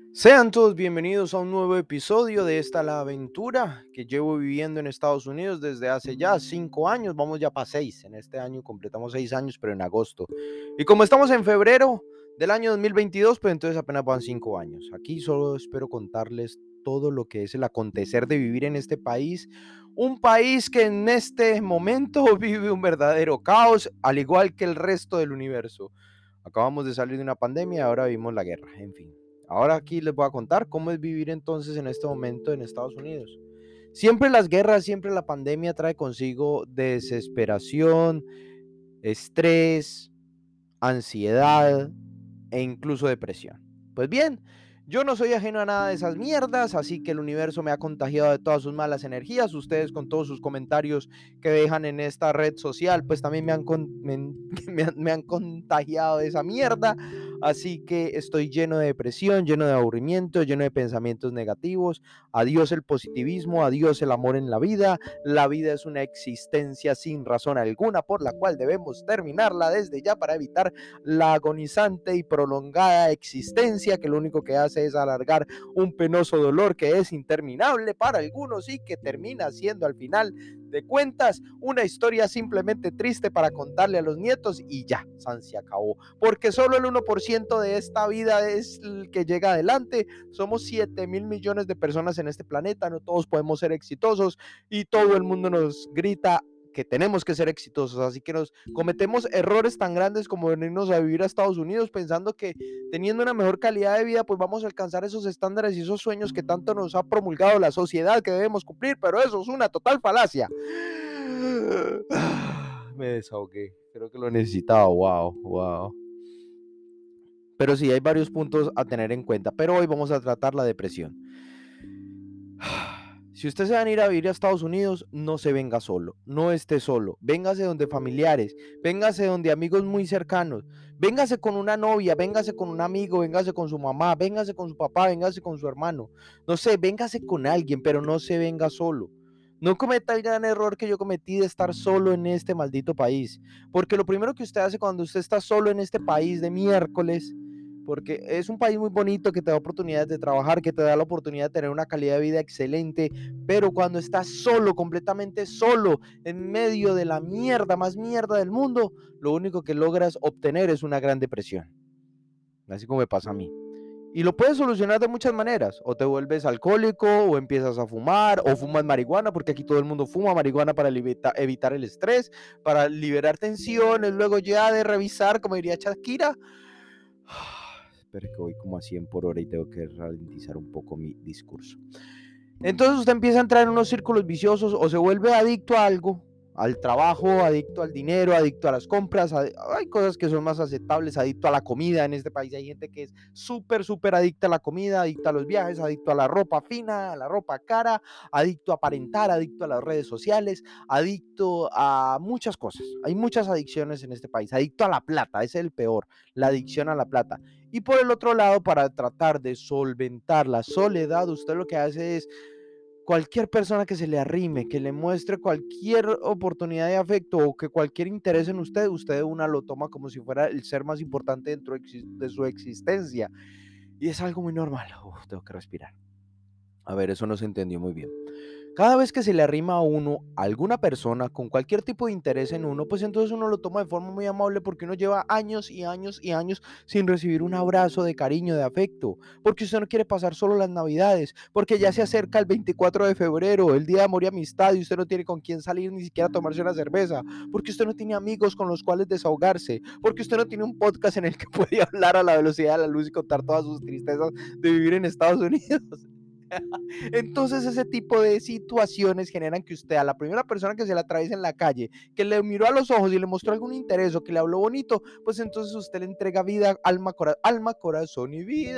Sean todos bienvenidos a un nuevo episodio de esta La Aventura que llevo viviendo en Estados Unidos desde hace ya 5 años, vamos ya para 6, en este año completamos 6 años, pero en agosto. Y como estamos en febrero del año 2022, pues entonces apenas van 5 años. Aquí solo espero contarles todo lo que es el acontecer de vivir en este país, un país que en este momento vive un verdadero caos, al igual que el resto del universo. Acabamos de salir de una pandemia y ahora vivimos la guerra, en fin. Ahora aquí les voy a contar cómo es vivir entonces en este momento en Estados Unidos. Siempre las guerras, siempre la pandemia trae consigo desesperación, estrés, ansiedad e incluso depresión. Pues bien, yo no soy ajeno a nada de esas mierdas, así que el universo me ha contagiado de todas sus malas energías. Ustedes con todos sus comentarios que dejan en esta red social, pues también me han contagiado de esa mierda. Así que estoy lleno de depresión, lleno de aburrimiento, lleno de pensamientos negativos. Adiós el positivismo, adiós el amor en la vida. La vida es una existencia sin razón alguna por la cual debemos terminarla desde ya para evitar la agonizante y prolongada existencia que lo único que hace es alargar un penoso dolor que es interminable para algunos y que termina siendo al final de cuentas una historia simplemente triste para contarle a los nietos y ya, San se acabó, porque solo el 1% de esta vida es el que llega adelante. Somos 7.000 millones de personas en este planeta, no todos podemos ser exitosos y todo el mundo nos grita que tenemos que ser exitosos, así que nos cometemos errores tan grandes como venirnos a vivir a Estados Unidos pensando que teniendo una mejor calidad de vida pues vamos a alcanzar esos estándares y esos sueños que tanto nos ha promulgado la sociedad que debemos cumplir, pero eso es una total falacia. Me desahogué, creo que lo necesitaba, wow. Pero sí, hay varios puntos a tener en cuenta, pero hoy vamos a tratar la depresión. Si usted se va a ir a vivir a Estados Unidos, no se venga solo, no esté solo, véngase donde familiares, véngase donde amigos muy cercanos, véngase con una novia, véngase con un amigo, véngase con su mamá, véngase con su papá, véngase con su hermano, no sé, véngase con alguien, pero no se venga solo. No cometa el gran error que yo cometí de estar solo en este maldito país, porque lo primero que usted hace cuando usted está solo en este país de miércoles, porque es un país muy bonito que te da oportunidades de trabajar, que te da la oportunidad de tener una calidad de vida excelente, pero cuando estás solo, completamente solo, en medio de la mierda, más mierda del mundo, lo único que logras obtener es una gran depresión, así como me pasa a mí. Y lo puedes solucionar de muchas maneras. O te vuelves alcohólico, o empiezas a fumar, o fumas marihuana, porque aquí todo el mundo fuma marihuana para evitar el estrés, para liberar tensiones, luego ya de revisar, como diría Shakira. Espero que voy como a 100 por hora y tengo que ralentizar un poco mi discurso. Entonces usted empieza a entrar en unos círculos viciosos o se vuelve adicto a algo, al trabajo, adicto al dinero, adicto a las compras. Hay cosas que son más aceptables, adicto a la comida. En este país hay gente que es súper adicta a la comida, adicta a los viajes, adicto a la ropa fina, a la ropa cara, adicto a aparentar, adicto a las redes sociales, adicto a muchas cosas. Hay muchas adicciones en este país. Adicto a la plata, ese es el peor, la adicción a la plata. Y por el otro lado, para tratar de solventar la soledad, usted lo que hace es cualquier persona que se le arrime, que le muestre cualquier oportunidad de afecto o que cualquier interés en usted, usted de una lo toma como si fuera el ser más importante dentro de su existencia. Y es algo muy normal. Uf, tengo que respirar. A ver, eso no se entendió muy bien. Cada vez que se le arrima a uno a alguna persona con cualquier tipo de interés en uno, pues entonces uno lo toma de forma muy amable porque uno lleva años y años y años sin recibir un abrazo de cariño, de afecto, porque usted no quiere pasar solo las navidades, porque ya se acerca el 24 de febrero, el día de amor y amistad, y usted no tiene con quién salir ni siquiera tomarse una cerveza, porque usted no tiene amigos con los cuales desahogarse, porque usted no tiene un podcast en el que puede hablar a la velocidad de la luz y contar todas sus tristezas de vivir en Estados Unidos. Entonces ese tipo de situaciones generan que usted a la primera persona que se le atraviesa en la calle, que le miró a los ojos y le mostró algún interés o que le habló bonito, pues entonces usted le entrega vida, alma, corazón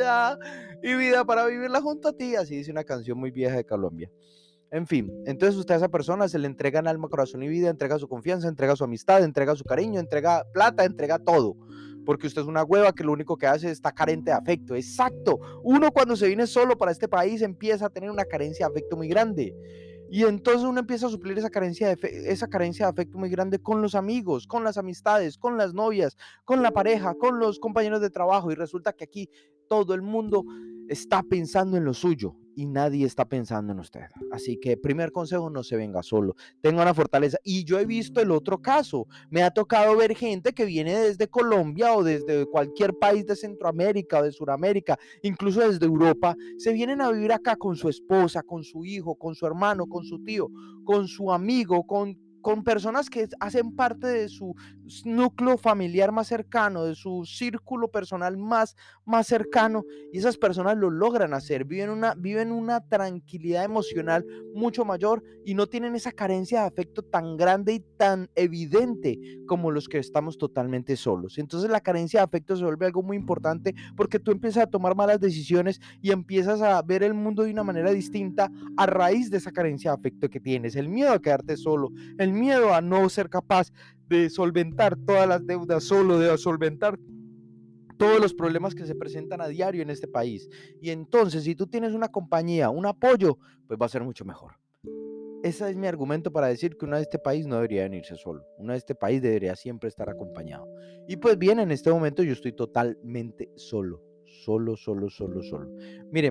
y vida para vivirla junto a ti, así dice una canción muy vieja de Colombia. En fin, entonces usted a esa persona se le entregan alma, corazón y vida, entrega su confianza, entrega su amistad, entrega su cariño, entrega plata, entrega todo. Porque usted es una hueva que lo único que hace es estar carente de afecto. Exacto. Uno cuando se viene solo para este país empieza a tener una carencia de afecto muy grande. Y entonces uno empieza a suplir esa carencia de afecto muy grande con los amigos, con las amistades, con las novias, con la pareja, con los compañeros de trabajo. Y resulta que aquí todo el mundo está pensando en lo suyo y nadie está pensando en usted. Así que primer consejo, no se venga solo, tenga una fortaleza. Y yo he visto el otro caso, me ha tocado ver gente que viene desde Colombia o desde cualquier país de Centroamérica o de Sudamérica, incluso desde Europa, se vienen a vivir acá con su esposa, con su hijo, con su hermano, con su tío, con su amigo, con personas que hacen parte de su núcleo familiar más cercano, de su círculo personal más cercano, y esas personas lo logran hacer, viven una tranquilidad emocional mucho mayor y no tienen esa carencia de afecto tan grande y tan evidente como los que estamos totalmente solos. Entonces la carencia de afecto se vuelve algo muy importante porque tú empiezas a tomar malas decisiones y empiezas a ver el mundo de una manera distinta a raíz de esa carencia de afecto que tienes, el miedo a quedarte solo, el miedo a no ser capaz de solventar todas las deudas solo, de solventar todos los problemas que se presentan a diario en este país. Y entonces, si tú tienes una compañía, un apoyo, pues va a ser mucho mejor. Ese es mi argumento para decir que uno de este país no debería venirse solo. Uno de este país debería siempre estar acompañado. Y pues bien, en este momento yo estoy totalmente solo. Solo. Mire,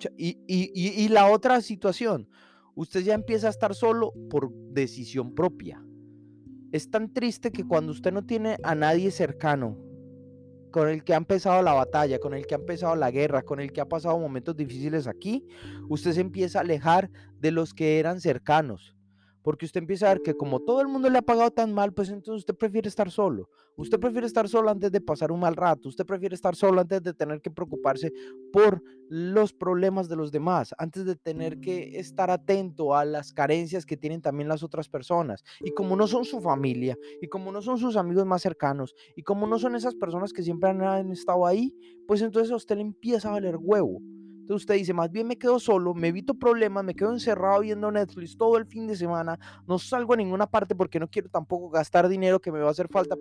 y la otra situación, usted ya empieza a estar solo por decisión propia. Es tan triste que cuando usted no tiene a nadie cercano con el que ha empezado la batalla, con el que ha empezado la guerra, con el que ha pasado momentos difíciles aquí, usted se empieza a alejar de los que eran cercanos. Porque usted empieza a ver que como todo el mundo le ha pagado tan mal, pues entonces usted prefiere estar solo. Usted prefiere estar solo antes de pasar un mal rato. Usted prefiere estar solo antes de tener que preocuparse por los problemas de los demás, antes de tener que estar atento a las carencias que tienen también las otras personas. Y como no son su familia, y como no son sus amigos más cercanos, y como no son esas personas que siempre han estado ahí, pues entonces a usted le empieza a valer huevo. Entonces usted dice, más bien me quedo solo, me evito problemas, me quedo encerrado viendo Netflix todo el fin de semana, no salgo a ninguna parte porque no quiero tampoco gastar dinero que me va a hacer falta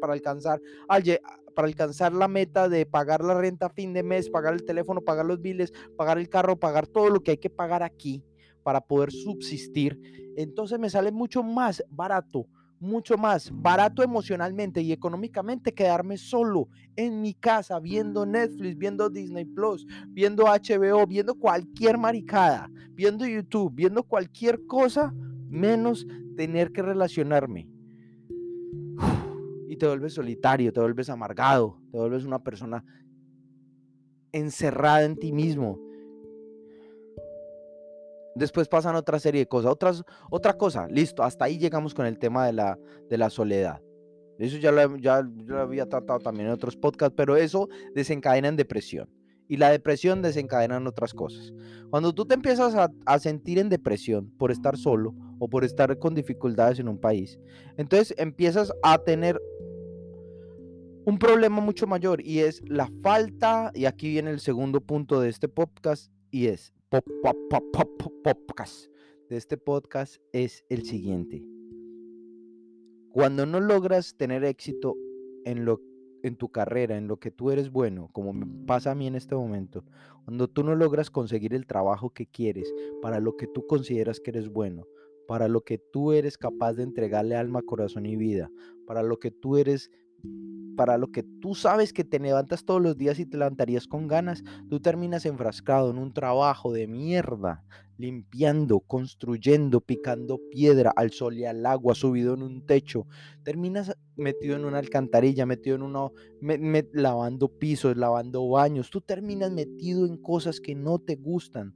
para alcanzar la meta de pagar la renta a fin de mes, pagar el teléfono, pagar los biles, pagar el carro, pagar todo lo que hay que pagar aquí para poder subsistir. Entonces me sale mucho más barato emocionalmente y económicamente quedarme solo en mi casa viendo Netflix, viendo Disney Plus, viendo HBO, viendo cualquier maricada, viendo YouTube, viendo cualquier cosa, menos tener que relacionarme. Y te vuelves solitario, te vuelves amargado, te vuelves una persona encerrada en ti mismo. Después pasan otra serie de cosas, otra cosa, listo, hasta ahí llegamos con el tema de la soledad. Eso ya lo había tratado también en otros podcasts, pero eso desencadena en depresión. Y la depresión desencadena en otras cosas. Cuando tú te empiezas a sentir en depresión por estar solo o por estar con dificultades en un país, entonces empiezas a tener un problema mucho mayor y es la falta, y aquí viene el segundo punto de este podcast, y es podcast de este podcast es el siguiente. Cuando no logras tener éxito en en tu carrera, en lo que tú eres bueno, como me pasa a mí en este momento, cuando tú no logras conseguir el trabajo que quieres, para lo que tú consideras que eres bueno, para lo que tú eres capaz de entregarle alma, corazón y vida, para lo que tú eres, para lo que tú sabes que te levantas todos los días y te levantarías con ganas, tú terminas enfrascado en un trabajo de mierda, limpiando, construyendo, picando piedra al sol y al agua, subido en un techo, terminas metido en una alcantarilla, metido en lavando pisos, lavando baños, tú terminas metido en cosas que no te gustan.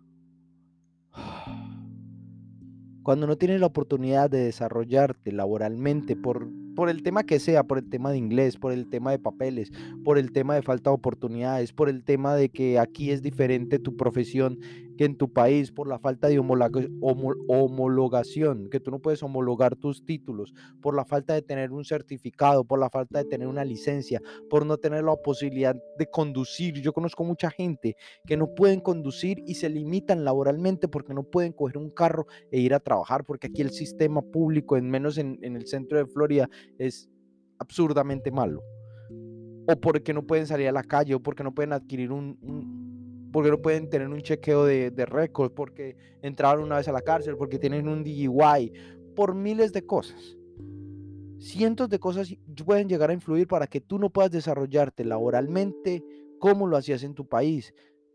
Cuando no tienes la oportunidad de desarrollarte laboralmente por el tema que sea, por el tema de inglés, por el tema de papeles, por el tema de falta de oportunidades, por el tema de que aquí es diferente tu profesión que en tu país, por la falta de homologación, que tú no puedes homologar tus títulos, por la falta de tener un certificado, por la falta de tener una licencia, por no tener la posibilidad de conducir. Yo conozco mucha gente que no pueden conducir y se limitan laboralmente porque no pueden coger un carro e ir a trabajar, porque aquí el sistema público, en menos en el centro de Florida, es absurdamente malo. O porque no pueden salir a la calle, o porque no pueden adquirir porque no pueden tener un chequeo de récords, porque entraron una vez a la cárcel, porque tienen un DUI, por miles de cosas. Cientos de cosas pueden llegar a influir para que tú no puedas desarrollarte laboralmente como lo hacías en tu país.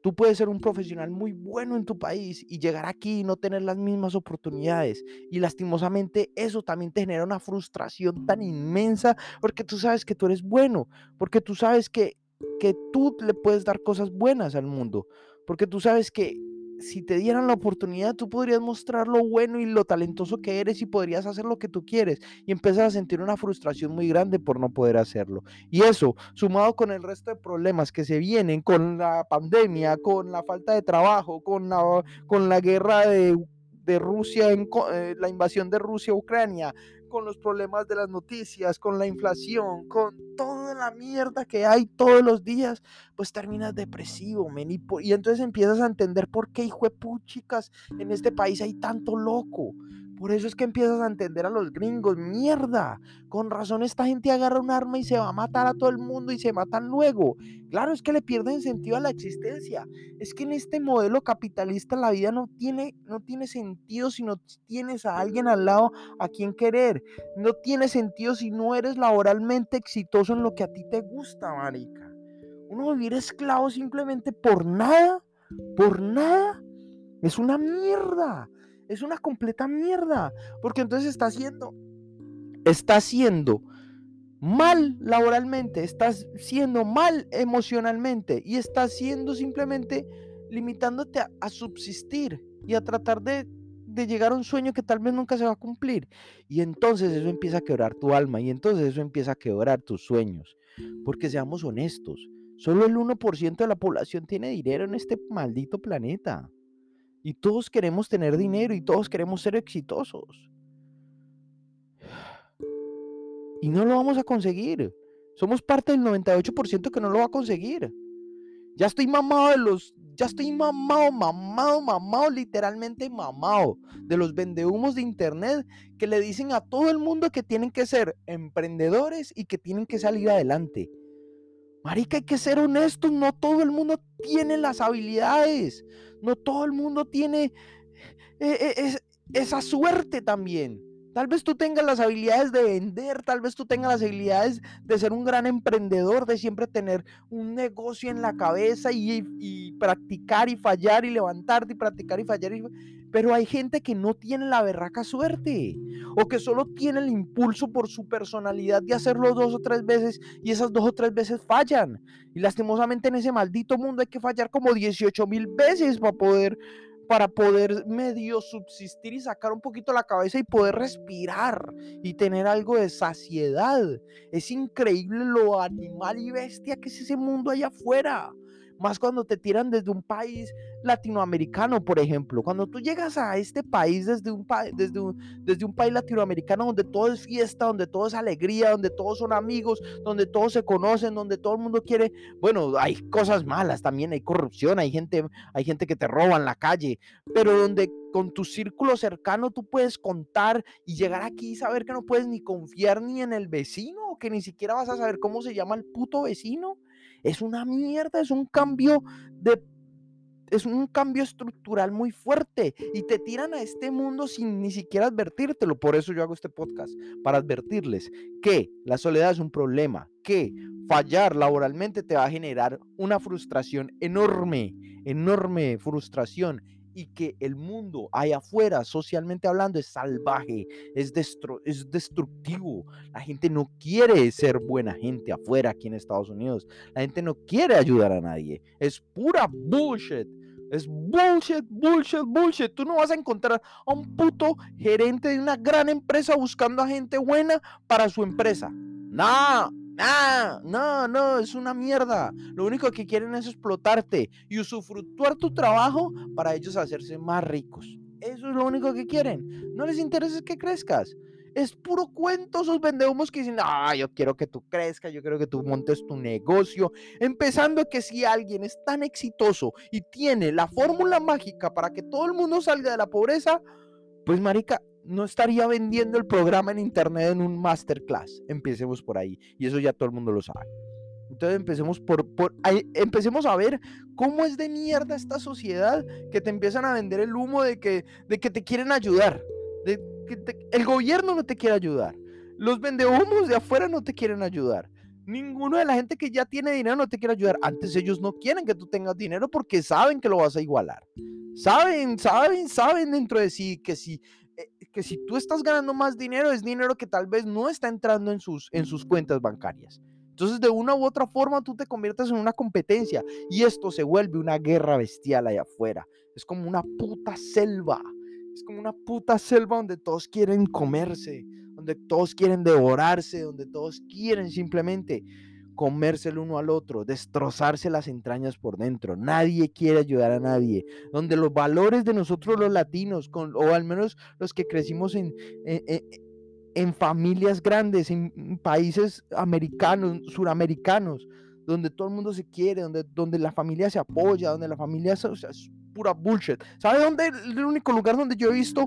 Tú puedes ser un profesional muy bueno en tu país y llegar aquí y no tener las mismas oportunidades. Y lastimosamente eso también te genera una frustración tan inmensa porque tú sabes que tú eres bueno, porque tú sabes que tú le puedes dar cosas buenas al mundo, porque tú sabes que si te dieran la oportunidad, tú podrías mostrar lo bueno y lo talentoso que eres y podrías hacer lo que tú quieres y empiezas a sentir una frustración muy grande por no poder hacerlo. Y eso, sumado con el resto de problemas que se vienen con la pandemia, con la falta de trabajo, con la guerra de Rusia, la invasión de Rusia a Ucrania, con los problemas de las noticias, con la inflación, con toda la mierda que hay todos los días, pues terminas depresivo, men, y entonces empiezas a entender por qué, hijo de puchicas, en este país hay tanto loco. Por eso es que empiezas a entender a los gringos, mierda, con razón esta gente agarra un arma y se va a matar a todo el mundo y se matan luego. Claro, es que le pierden sentido a la existencia. Es que en este modelo capitalista la vida no tiene sentido si no tienes a alguien al lado a quien querer. No tiene sentido si no eres laboralmente exitoso en lo que a ti te gusta, marica. Uno vivir esclavo simplemente por nada, es una mierda. Es una completa mierda. Porque entonces está haciendo mal laboralmente, estás siendo mal emocionalmente y estás siendo simplemente limitándote a subsistir y a tratar de llegar a un sueño que tal vez nunca se va a cumplir. Y entonces eso empieza a quebrar tu alma y entonces eso empieza a quebrar tus sueños. Porque seamos honestos, solo el 1% de la población tiene dinero en este maldito planeta. Y todos queremos tener dinero y todos queremos ser exitosos. Y no lo vamos a conseguir. Somos parte del 98% que no lo va a conseguir. Ya estoy mamado ya estoy mamado, literalmente mamado de los vendehumos de internet que le dicen a todo el mundo que tienen que ser emprendedores y que tienen que salir adelante. Marica, hay que ser honestos, no todo el mundo tiene las habilidades, no todo el mundo tiene esa suerte también. Tal vez tú tengas las habilidades de vender, tal vez tú tengas las habilidades de ser un gran emprendedor, de siempre tener un negocio en la cabeza y practicar y fallar y levantarte y practicar y fallar. Pero hay gente que no tiene la berraca suerte o que solo tiene el impulso por su personalidad de hacerlo 2 o 3 veces y esas 2 o 3 veces fallan. Y lastimosamente en ese maldito mundo hay que fallar como 18,000 veces para poder medio subsistir y sacar un poquito la cabeza y poder respirar y tener algo de saciedad. Es increíble lo animal y bestia que es ese mundo allá afuera. Más cuando te tiran desde un país latinoamericano, por ejemplo. Cuando tú llegas a este país desde un país latinoamericano donde todo es fiesta, donde todo es alegría, donde todos son amigos, donde todos se conocen, donde todo el mundo quiere. Bueno, hay cosas malas también, hay corrupción, hay gente que te roba en la calle, pero donde con tu círculo cercano tú puedes contar y llegar aquí y saber que no puedes ni confiar ni en el vecino, que ni siquiera vas a saber cómo se llama el puto vecino. Es una mierda, es un cambio estructural muy fuerte y te tiran a este mundo sin ni siquiera advertírtelo. Por eso yo hago este podcast, para advertirles que la soledad es un problema, que fallar laboralmente te va a generar una frustración enorme, enorme frustración, y que el mundo allá afuera, socialmente hablando, es salvaje, es destructivo. La gente no quiere ser buena gente afuera aquí en Estados Unidos. La gente no quiere ayudar a nadie. Es pura bullshit. Es bullshit, bullshit, bullshit. Tú no vas a encontrar a un puto gerente de una gran empresa buscando a gente buena para su empresa. No, no, es una mierda. Lo único que quieren es explotarte y usufructuar tu trabajo para ellos hacerse más ricos. Eso es lo único que quieren. No les interesa que crezcas. Es puro cuento esos vendehumos que dicen, yo quiero que tú crezcas, yo quiero que tú montes tu negocio. Empezando que si alguien es tan exitoso y tiene la fórmula mágica para que todo el mundo salga de la pobreza, pues marica, no estaría vendiendo el programa en internet en un masterclass. Empecemos por ahí. Y eso ya todo el mundo lo sabe. Entonces empecemos a ver cómo es de mierda esta sociedad que te empiezan a vender el humo de que te quieren ayudar. El gobierno no te quiere ayudar. Los vendehumos de afuera no te quieren ayudar. Ninguno de la gente que ya tiene dinero no te quiere ayudar. Antes ellos no quieren que tú tengas dinero porque saben que lo vas a igualar. Saben dentro de sí que si tú estás ganando más dinero, es dinero que tal vez no está entrando en sus cuentas bancarias. Entonces, de una u otra forma, tú te conviertes en una competencia y esto se vuelve una guerra bestial allá afuera. Es como una puta selva. Es como una puta selva donde todos quieren comerse, donde todos quieren devorarse, donde todos quieren simplemente comerse el uno al otro, destrozarse las entrañas por dentro. Nadie quiere ayudar a nadie. Donde los valores de nosotros los latinos, o al menos los que crecimos en familias grandes, en países americanos, suramericanos, donde todo el mundo se quiere, donde la familia se apoya, donde la familia o sea, es pura bullshit. ¿Sabe dónde? El único lugar donde yo he visto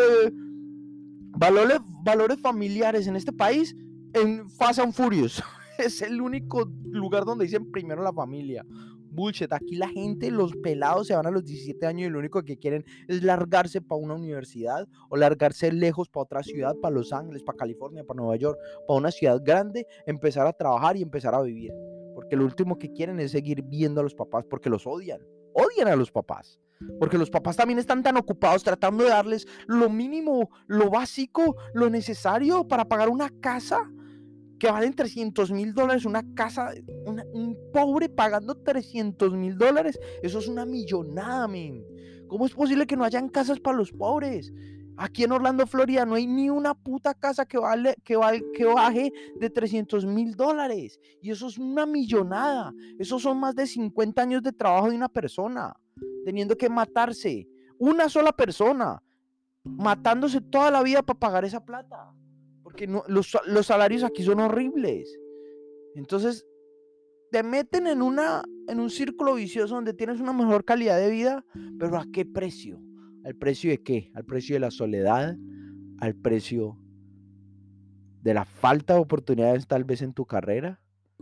valores familiares en este país, en Fast and Furious. Es el único lugar donde dicen primero la familia. Bullshit. Aquí la gente, los pelados se van a los 17 años y lo único que quieren es largarse para una universidad o largarse lejos para otra ciudad, para Los Ángeles, para California, para Nueva York, para una ciudad grande, empezar a trabajar y empezar a vivir. Porque lo último que quieren es seguir viendo a los papás porque los odian. Odian a los papás. Porque los papás también están tan ocupados tratando de darles lo mínimo, lo básico, lo necesario para pagar una casa que valen $300,000. Una casa, un pobre pagando $300,000. Eso es una millonada, men. ¿Cómo es posible que no hayan casas para los pobres? Aquí en Orlando, Florida, no hay ni una puta casa que baje de $300,000. Y eso es una millonada. Eso son más de 50 años de trabajo de una persona, teniendo que matarse. Una sola persona, matándose toda la vida para pagar esa plata. Porque no, los salarios aquí son horribles. Entonces, te meten en un círculo vicioso donde tienes una mejor calidad de vida, pero ¿a qué precio? ¿Al precio de qué? Al precio de la soledad, al precio de la falta de oportunidades tal vez en tu carrera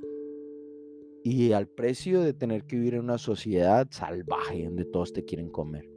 y al precio de tener que vivir en una sociedad salvaje donde todos te quieren comer.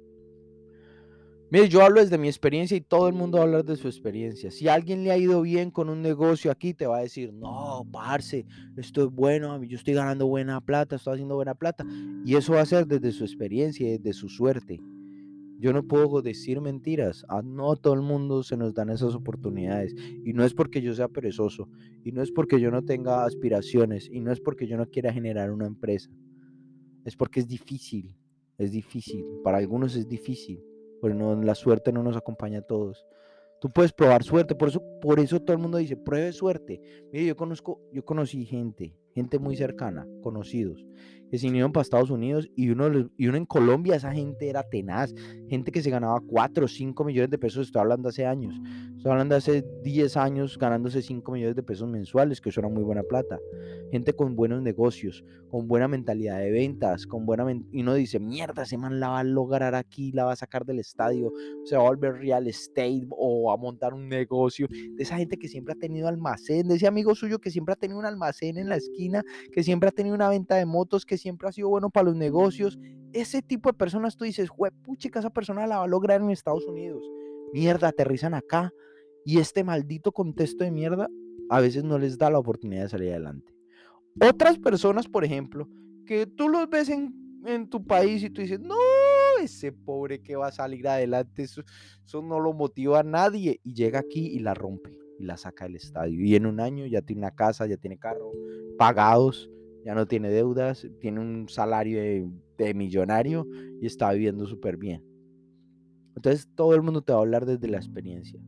Mire, yo hablo desde mi experiencia y todo el mundo va a hablar de su experiencia. Si a alguien le ha ido bien con un negocio aquí, te va a decir, no, parce, esto es bueno, yo estoy ganando buena plata, estoy haciendo buena plata. Y eso va a ser desde su experiencia y desde su suerte. Yo no puedo decir mentiras. No todo el mundo se nos dan esas oportunidades. Y no es porque yo sea perezoso. Y no es porque yo no tenga aspiraciones. Y no es porque yo no quiera generar una empresa. Es porque es difícil. Es difícil. Para algunos es difícil. Pero no, la suerte no nos acompaña a todos. Tú puedes probar suerte, por eso todo el mundo dice, pruebe suerte. Mire, yo conocí gente muy cercana, conocidos, que se vinieron para Estados Unidos y uno en Colombia, esa gente era tenaz, gente que se ganaba 4 o 5 millones de pesos, estoy hablando hace años, estoy hablando hace 10 años ganándose 5 millones de pesos mensuales, que eso era muy buena plata. Gente con buenos negocios, con buena mentalidad de ventas, y uno dice, mierda, ese man la va a lograr aquí, la va a sacar del estadio, se va a volver real estate o a montar un negocio, de esa gente que siempre ha tenido almacén, de ese amigo suyo que siempre ha tenido un almacén en la esquina, que siempre ha tenido una venta de motos, que siempre ha sido bueno para los negocios. Ese tipo de personas tú dices, puchica, esa persona la va a lograr en Estados Unidos. Mierda, aterrizan acá y este maldito contexto de mierda a veces no les da la oportunidad de salir adelante. Otras personas, por ejemplo, que tú los ves en tu país y tú dices, no, ese pobre que va a salir adelante, eso no lo motiva a nadie. Y llega aquí y la rompe y la saca del estadio. Y en un año ya tiene una casa, ya tiene carro, pagados, ya no tiene deudas, tiene un salario de millonario y está viviendo súper bien. Entonces todo el mundo te va a hablar desde la experiencia.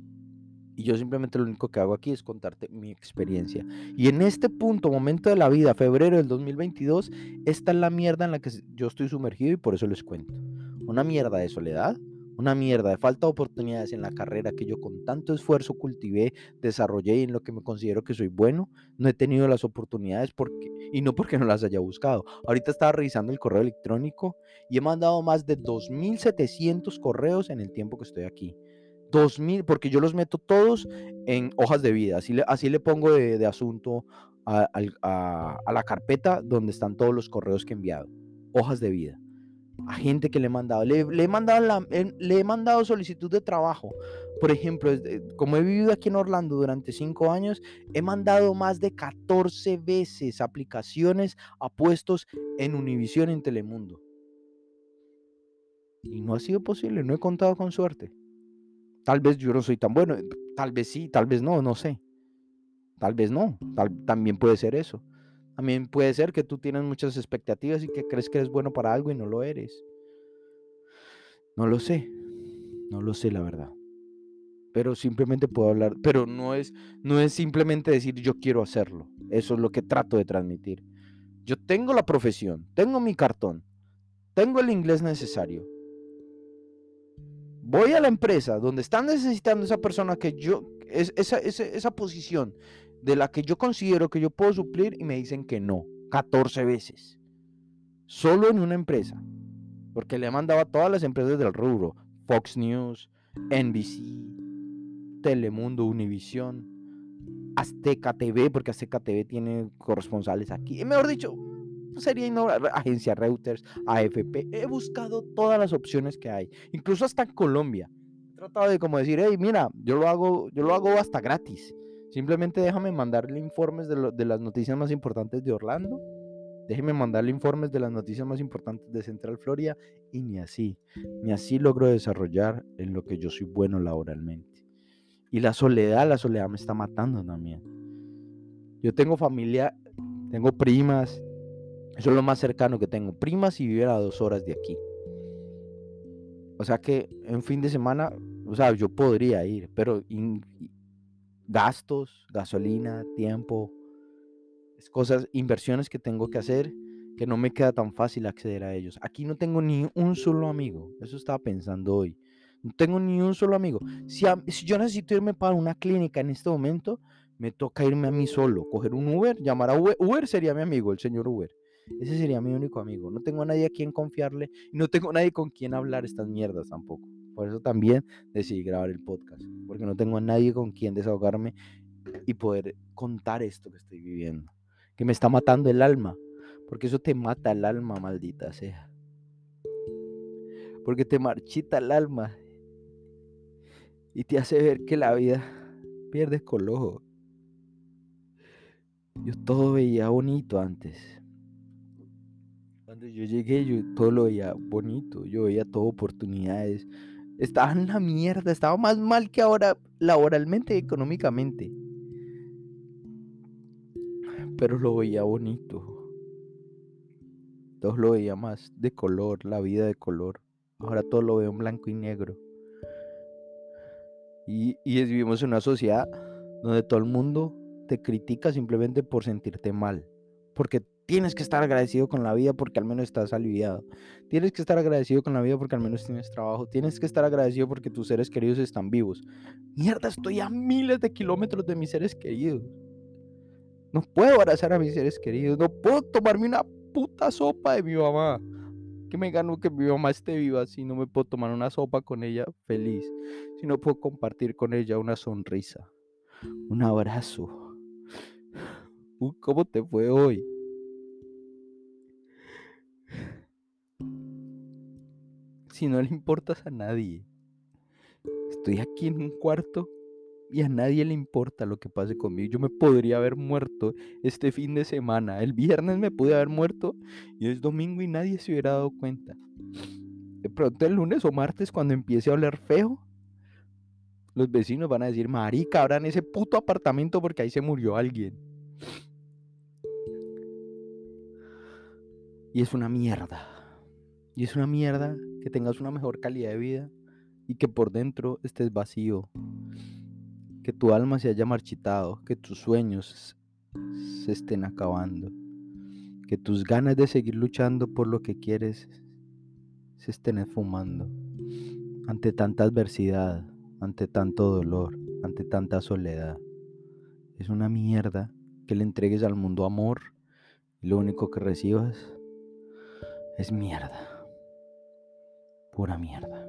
Y yo simplemente lo único que hago aquí es contarte mi experiencia. Y en este punto, momento de la vida, febrero del 2022, esta es la mierda en la que yo estoy sumergido y por eso les cuento. Una mierda de soledad, una mierda de falta de oportunidades en la carrera que yo con tanto esfuerzo cultivé, desarrollé y en lo que me considero que soy bueno. No he tenido las oportunidades y no porque no las haya buscado. Ahorita estaba revisando el correo electrónico y he mandado más de 2,700 correos en el tiempo que estoy aquí. 2,000, porque yo los meto todos en hojas de vida, así le pongo de asunto a la carpeta donde están todos los correos que he enviado, hojas de vida. a gente que le he mandado. Le he mandado solicitud de trabajo. Por ejemplo, como he vivido aquí en Orlando durante 5 años, he mandado más de 14 veces aplicaciones a puestos en Univision y en Telemundo. Y no ha sido posible, no he contado con suerte. Tal vez yo no soy tan bueno, tal vez sí, tal vez no, no sé. Tal vez no, también puede ser eso. También puede ser que tú tienes muchas expectativas y que crees que eres bueno para algo y no lo eres. No lo sé, no lo sé la verdad. Pero simplemente puedo hablar, pero no es simplemente decir yo quiero hacerlo. Eso es lo que trato de transmitir. Yo tengo la profesión, tengo mi cartón, tengo el inglés necesario. Voy a la empresa donde están necesitando esa persona que esa posición de la que yo considero que yo puedo suplir y me dicen que no, 14 veces. Solo en una empresa. Porque le he mandado a todas las empresas del rubro. Fox News, NBC, Telemundo, Univision, Azteca TV, porque Azteca TV tiene corresponsales aquí. Y mejor dicho, sería agencia Reuters, AFP. He buscado todas las opciones que hay, incluso hasta en Colombia. He tratado de como decir, hey, mira, yo lo hago hasta gratis. Simplemente déjame mandarle informes de las noticias más importantes de Orlando. Déjeme mandarle informes de las noticias más importantes de Central Florida y ni así logro desarrollar en lo que yo soy bueno laboralmente. Y la soledad me está matando también. Yo tengo familia, tengo primas, eso es lo más cercano que tengo, primas y viven a 2 horas de aquí. O sea que en fin de semana, o sea, yo podría ir, pero gastos, gasolina, tiempo, es cosas, inversiones que tengo que hacer que no me queda tan fácil acceder a ellos. Aquí no tengo ni un solo amigo, eso estaba pensando hoy. No tengo ni un solo amigo. Si yo necesito irme para una clínica en este momento, me toca irme a mí solo, coger un Uber, llamar a Uber. Uber sería mi amigo, el señor Uber. Ese sería mi único amigo. No tengo a nadie a quien confiarle y no tengo a nadie con quien hablar estas mierdas tampoco. Por eso también decidí grabar el podcast, porque no tengo a nadie con quien desahogarme y poder contar esto que estoy viviendo, que me está matando el alma, porque eso te mata el alma, maldita sea, porque te marchita el alma y te hace ver que la vida pierde color. Yo todo veía bonito antes. Cuando yo llegué, yo todo lo veía bonito, yo veía todo oportunidades. Estaba en la mierda, estaba más mal que ahora laboralmente y económicamente. Pero lo veía bonito. Todo lo veía más de color, la vida de color. Ahora todo lo veo en blanco y negro. Y vivimos en una sociedad donde todo el mundo te critica simplemente por sentirte mal. Porque tienes que estar agradecido con la vida porque al menos estás aliviado. Tienes que estar agradecido con la vida porque al menos tienes trabajo. Tienes que estar agradecido porque tus seres queridos están vivos. Mierda, estoy a miles de kilómetros de mis seres queridos. No puedo abrazar a mis seres queridos. No puedo tomarme una puta sopa de mi mamá. Que me gano que mi mamá esté viva si no me puedo tomar una sopa con ella feliz, si no puedo compartir con ella una sonrisa, un abrazo. ¿Cómo te fue hoy? Si no le importas a nadie. Estoy aquí en un cuarto y a nadie le importa lo que pase conmigo. Yo me podría haber muerto este fin de semana. El viernes me pude haber muerto y es domingo y nadie se hubiera dado cuenta. De pronto el lunes o martes cuando empiece a oler feo, los vecinos van a decir, marica, abran ese puto apartamento porque ahí se murió alguien. Y es una mierda. Y es una mierda que tengas una mejor calidad de vida y que por dentro estés vacío. Que tu alma se haya marchitado, que tus sueños se estén acabando. Que tus ganas de seguir luchando por lo que quieres se estén esfumando. Ante tanta adversidad, ante tanto dolor, ante tanta soledad. Es una mierda que le entregues al mundo amor y lo único que recibas es mierda. Pura mierda.